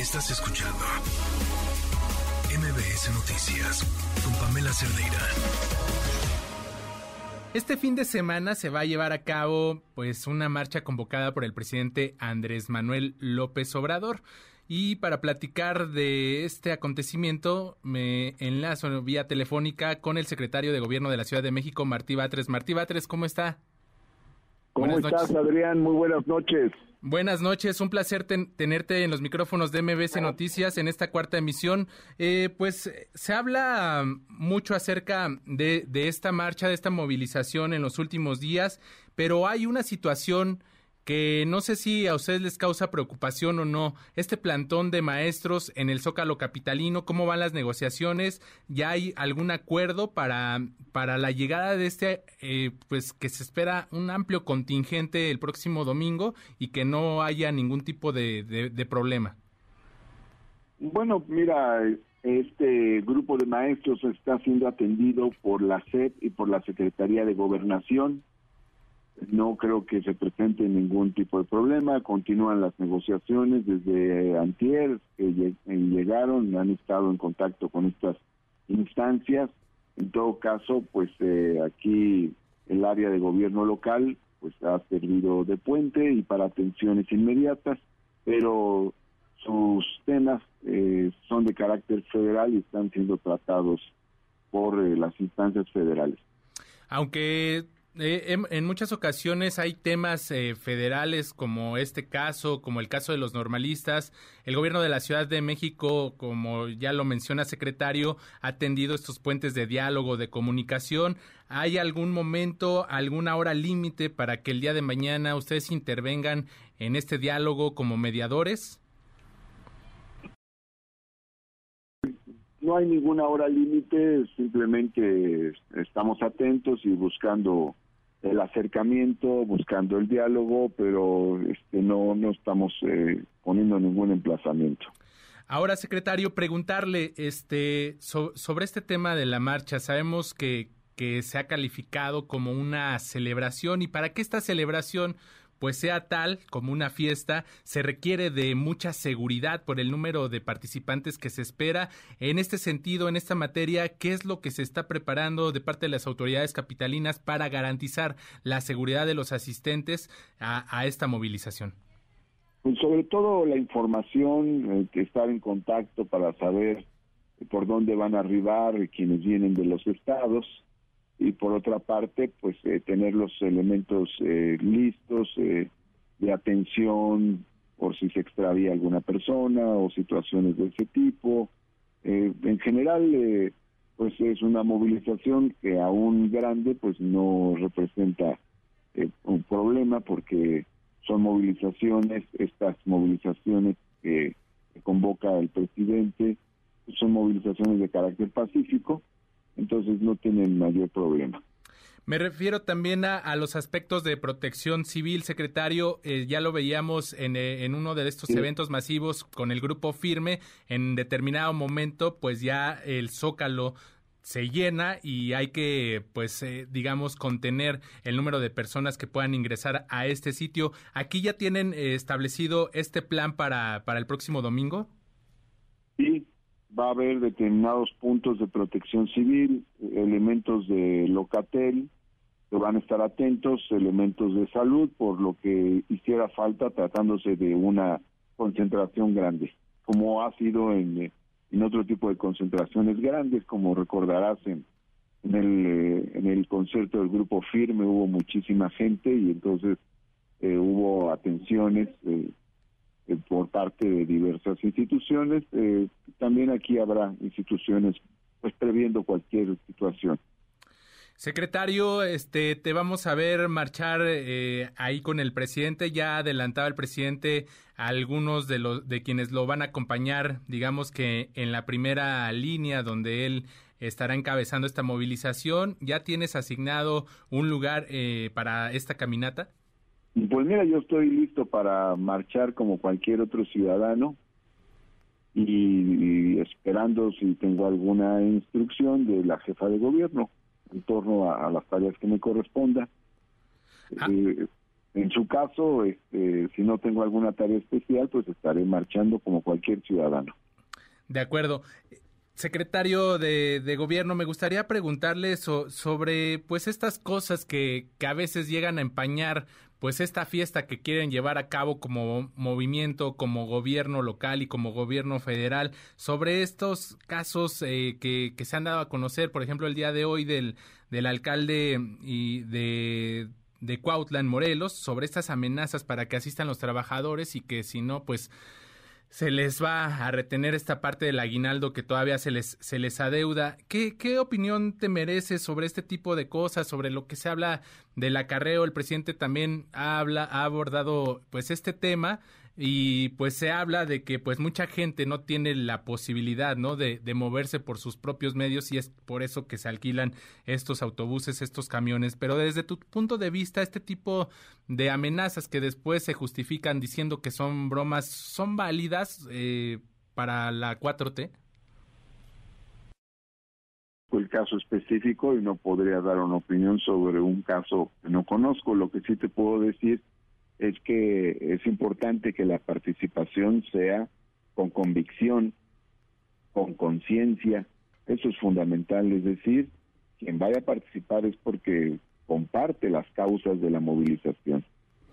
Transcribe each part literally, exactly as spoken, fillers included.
Estás escuchando M B S Noticias con Pamela Cerdeira. Este fin de semana se va a llevar a cabo pues una marcha convocada por el presidente Andrés Manuel López Obrador. Y para platicar de este acontecimiento me enlazo vía telefónica con el secretario de Gobierno de la Ciudad de México, Martí Batres. Martí Batres, ¿cómo está? ¿Cómo buenas estás, noches. Adrián? Muy buenas noches. Buenas noches, un placer ten- tenerte en los micrófonos de M B S Noticias en esta cuarta emisión. Eh, pues se habla mucho acerca de, de esta marcha, de esta movilización en los últimos días, pero hay una situación que no sé si a ustedes les causa preocupación o no. Este plantón de maestros en el Zócalo capitalino, ¿cómo van las negociaciones? ¿Ya hay algún acuerdo para, para la llegada de este, eh, pues que se espera un amplio contingente el próximo domingo y que no haya ningún tipo de, de, de problema? Bueno, mira, este grupo de maestros está siendo atendido por la S E P y por la Secretaría de Gobernación. No creo que se presente ningún tipo de problema. Continúan las negociaciones desde antier, que llegaron, han estado en contacto con estas instancias. En todo caso, pues eh, aquí el área de gobierno local pues ha servido de puente y para atenciones inmediatas, pero sus temas eh, son de carácter federal y están siendo tratados por eh, las instancias federales. Aunque Eh, en, en muchas ocasiones hay temas eh, federales como este caso, como el caso de los normalistas. El gobierno de la Ciudad de México, como ya lo menciona secretario, ha tendido estos puentes de diálogo, de comunicación. ¿Hay algún momento, alguna hora límite para que el día de mañana ustedes intervengan en este diálogo como mediadores? No hay ninguna hora límite, simplemente estamos atentos y buscando el acercamiento, buscando el diálogo, pero este no no estamos eh, poniendo ningún emplazamiento. Ahora, secretario, preguntarle este so, sobre este tema de la marcha. Sabemos que, que se ha calificado como una celebración, y para que esta celebración pues sea tal como una fiesta, se requiere de mucha seguridad por el número de participantes que se espera. En este sentido, en esta materia, ¿qué es lo que se está preparando de parte de las autoridades capitalinas para garantizar la seguridad de los asistentes a, a esta movilización? Pues sobre todo la información, eh, que estar en contacto para saber por dónde van a arribar quienes vienen de los estados. Y por otra parte, pues eh, tener los elementos eh, listos eh, de atención por si se extravía alguna persona o situaciones de ese tipo. Eh, en general, eh, pues es una movilización que aún grande, pues no representa eh, un problema, porque son movilizaciones, estas movilizaciones que, que convoca el presidente, son movilizaciones de carácter pacífico. Entonces no tienen mayor problema. Me refiero también a, a los aspectos de protección civil, secretario. Eh, ya lo veíamos en, eh, en uno de estos sí. eventos masivos con el Grupo Firme. En determinado momento, pues ya el Zócalo se llena y hay que, pues, eh, digamos, contener el número de personas que puedan ingresar a este sitio. ¿Aquí ya tienen eh, establecido este plan para, para el próximo domingo? Sí. Va a haber determinados puntos de protección civil, elementos de Locatel que van a estar atentos, elementos de salud, por lo que hiciera falta tratándose de una concentración grande, como ha sido en, en otro tipo de concentraciones grandes, como recordarás en, en el en el concierto del Grupo Firme hubo muchísima gente y entonces eh, hubo atenciones eh, por parte de diversas instituciones. Eh, también aquí habrá instituciones pues previendo cualquier situación. Secretario, este, te vamos a ver marchar eh, ahí con el presidente. Ya adelantaba el presidente a algunos de los de quienes lo van a acompañar, digamos que en la primera línea donde él estará encabezando esta movilización. ¿Ya tienes asignado un lugar eh, para esta caminata? Pues mira, yo estoy listo para marchar como cualquier otro ciudadano y, y esperando si tengo alguna instrucción de la jefa de gobierno en torno a, a las tareas que me corresponda. Ah. Eh, en su caso, este, si no tengo alguna tarea especial, pues estaré marchando como cualquier ciudadano. De acuerdo. Secretario de, de Gobierno, me gustaría preguntarle so, sobre pues estas cosas que, que a veces llegan a empañar pues esta fiesta que quieren llevar a cabo como movimiento, como gobierno local y como gobierno federal, sobre estos casos eh, que, que se han dado a conocer, por ejemplo, el día de hoy del, del alcalde y de, de Cuautla en Morelos, sobre estas amenazas para que asistan los trabajadores y que si no, pues se les va a retener esta parte del aguinaldo que todavía se les se les adeuda. ¿Qué, qué opinión te merece sobre este tipo de cosas, sobre lo que se habla del acarreo? El presidente también habla, ha abordado pues este tema y pues se habla de que pues mucha gente no tiene la posibilidad, ¿no?, de, de moverse por sus propios medios y es por eso que se alquilan estos autobuses, estos camiones. Pero desde tu punto de vista, este tipo de amenazas que después se justifican diciendo que son bromas, ¿son válidas eh, para la cuatro T? El caso específico y no podría dar una opinión sobre un caso que no conozco. Lo que sí te puedo decir es que es importante que la participación sea con convicción, con conciencia. Eso es fundamental, es decir, quien vaya a participar es porque comparte las causas de la movilización.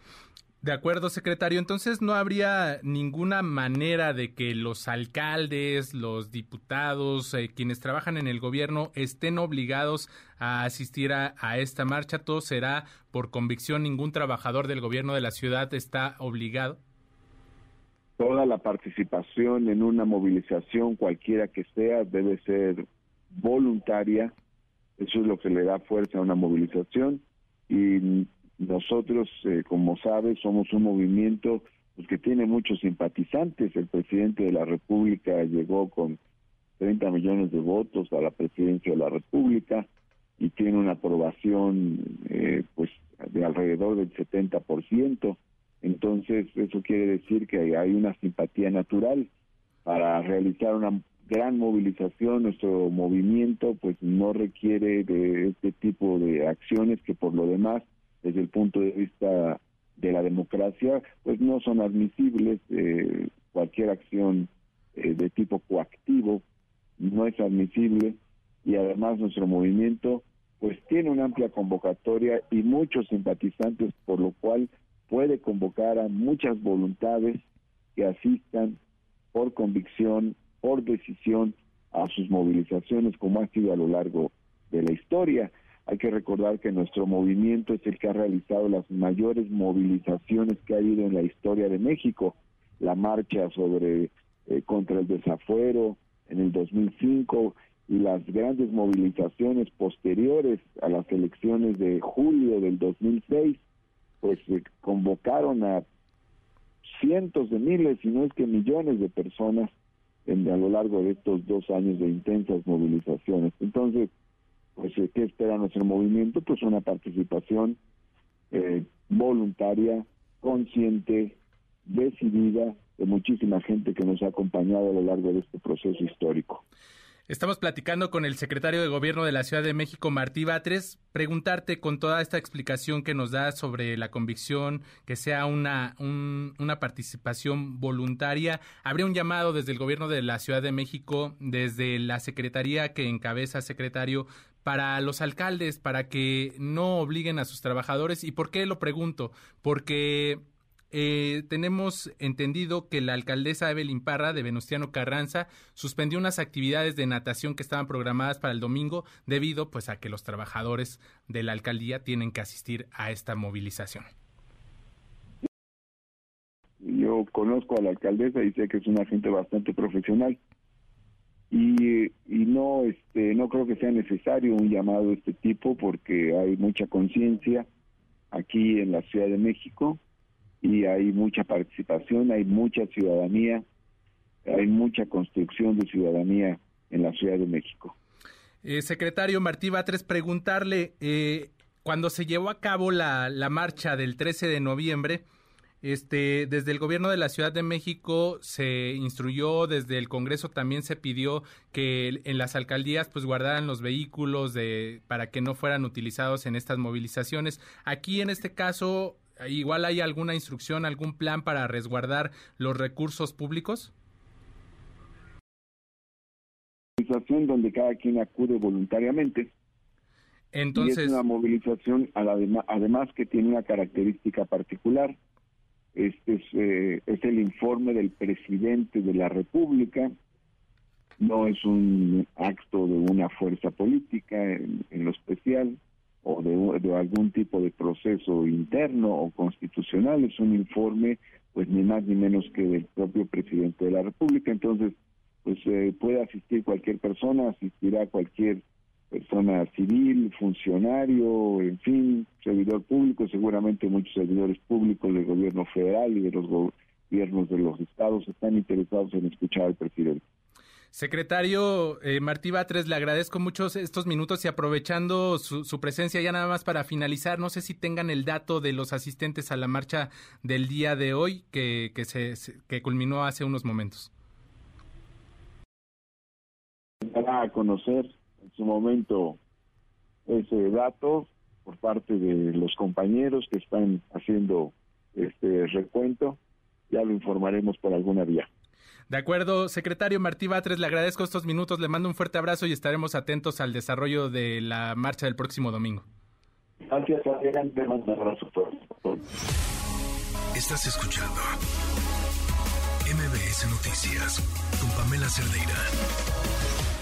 De acuerdo, secretario. Entonces, ¿no habría ninguna manera de que los alcaldes, los diputados, eh, quienes trabajan en el gobierno, estén obligados a asistir a, a esta marcha? ¿Todo será por convicción? ¿Ningún trabajador del gobierno de la ciudad está obligado? Toda la participación en una movilización, cualquiera que sea, debe ser voluntaria. Eso es lo que le da fuerza a una movilización. Y nosotros, eh, como sabes, somos un movimiento pues, que tiene muchos simpatizantes. El presidente de la República llegó con treinta millones de votos a la presidencia de la República y tiene una aprobación eh, pues de alrededor del setenta por ciento. Entonces, eso quiere decir que hay una simpatía natural para realizar una gran movilización. Nuestro movimiento pues no requiere de este tipo de acciones que por lo demás, desde el punto de vista de la democracia, pues no son admisibles. Eh, cualquier acción eh, de tipo coactivo no es admisible y además nuestro movimiento pues tiene una amplia convocatoria y muchos simpatizantes, por lo cual puede convocar a muchas voluntades que asistan por convicción, por decisión a sus movilizaciones, como ha sido a lo largo de la historia. Hay que recordar que nuestro movimiento es el que ha realizado las mayores movilizaciones que ha habido en la historia de México. La marcha sobre eh, contra el desafuero en el dos mil cinco y las grandes movilizaciones posteriores a las elecciones de julio del dos mil seis, pues eh, convocaron a cientos de miles, si no es que millones de personas en, a lo largo de estos dos años de intensas movilizaciones. Entonces, pues, ¿qué espera nuestro movimiento? Pues una participación eh, voluntaria, consciente, decidida, de muchísima gente que nos ha acompañado a lo largo de este proceso histórico. Estamos platicando con el secretario de Gobierno de la Ciudad de México, Martí Batres. Preguntarte, con toda esta explicación que nos da sobre la convicción, que sea una, un, una participación voluntaria, ¿habría un llamado desde el Gobierno de la Ciudad de México, desde la Secretaría que encabeza, secretario, para los alcaldes, para que no obliguen a sus trabajadores? ¿Y por qué lo pregunto? Porque Eh, tenemos entendido que la alcaldesa Evelyn Parra de Venustiano Carranza suspendió unas actividades de natación que estaban programadas para el domingo debido pues a que los trabajadores de la alcaldía tienen que asistir a esta movilización. Yo conozco a la alcaldesa y sé que es una gente bastante profesional y, y no este no creo que sea necesario un llamado de este tipo porque hay mucha conciencia aquí en la Ciudad de México y hay mucha participación, hay mucha ciudadanía, hay mucha construcción de ciudadanía en la Ciudad de México. Eh, secretario Martí Batres, preguntarle, eh, cuando se llevó a cabo la, la marcha del trece de noviembre, este, desde el gobierno de la Ciudad de México se instruyó, desde el Congreso también se pidió que en las alcaldías pues guardaran los vehículos de, para que no fueran utilizados en estas movilizaciones. Aquí en este caso igual hay alguna instrucción, algún plan para resguardar los recursos públicos. Donde cada quien acude voluntariamente. Entonces, y es una movilización además, además que tiene una característica particular. Este es, eh, es el informe del presidente de la República, no es un acto de una fuerza política en, en lo especial o de, de algún tipo de proceso interno o constitucional, es un informe pues ni más ni menos que del propio presidente de la República. Entonces pues eh, puede asistir cualquier persona, asistirá cualquier persona civil, funcionario, en fin, servidor público, seguramente muchos servidores públicos del gobierno federal y de los gobiernos de los estados están interesados en escuchar al presidente. Secretario eh, Martí Batres, le agradezco mucho estos minutos y aprovechando su, su presencia ya nada más para finalizar, no sé si tengan el dato de los asistentes a la marcha del día de hoy que, que, se, que culminó hace unos momentos. Dará a conocer en su momento ese dato por parte de los compañeros que están haciendo este recuento, ya lo informaremos por alguna vía. De acuerdo, secretario Martí Batres, le agradezco estos minutos, le mando un fuerte abrazo y estaremos atentos al desarrollo de la marcha del próximo domingo. Gracias, Adrián, te mando un abrazo fuerte. Estás escuchando M B S Noticias con Pamela Cerdeira.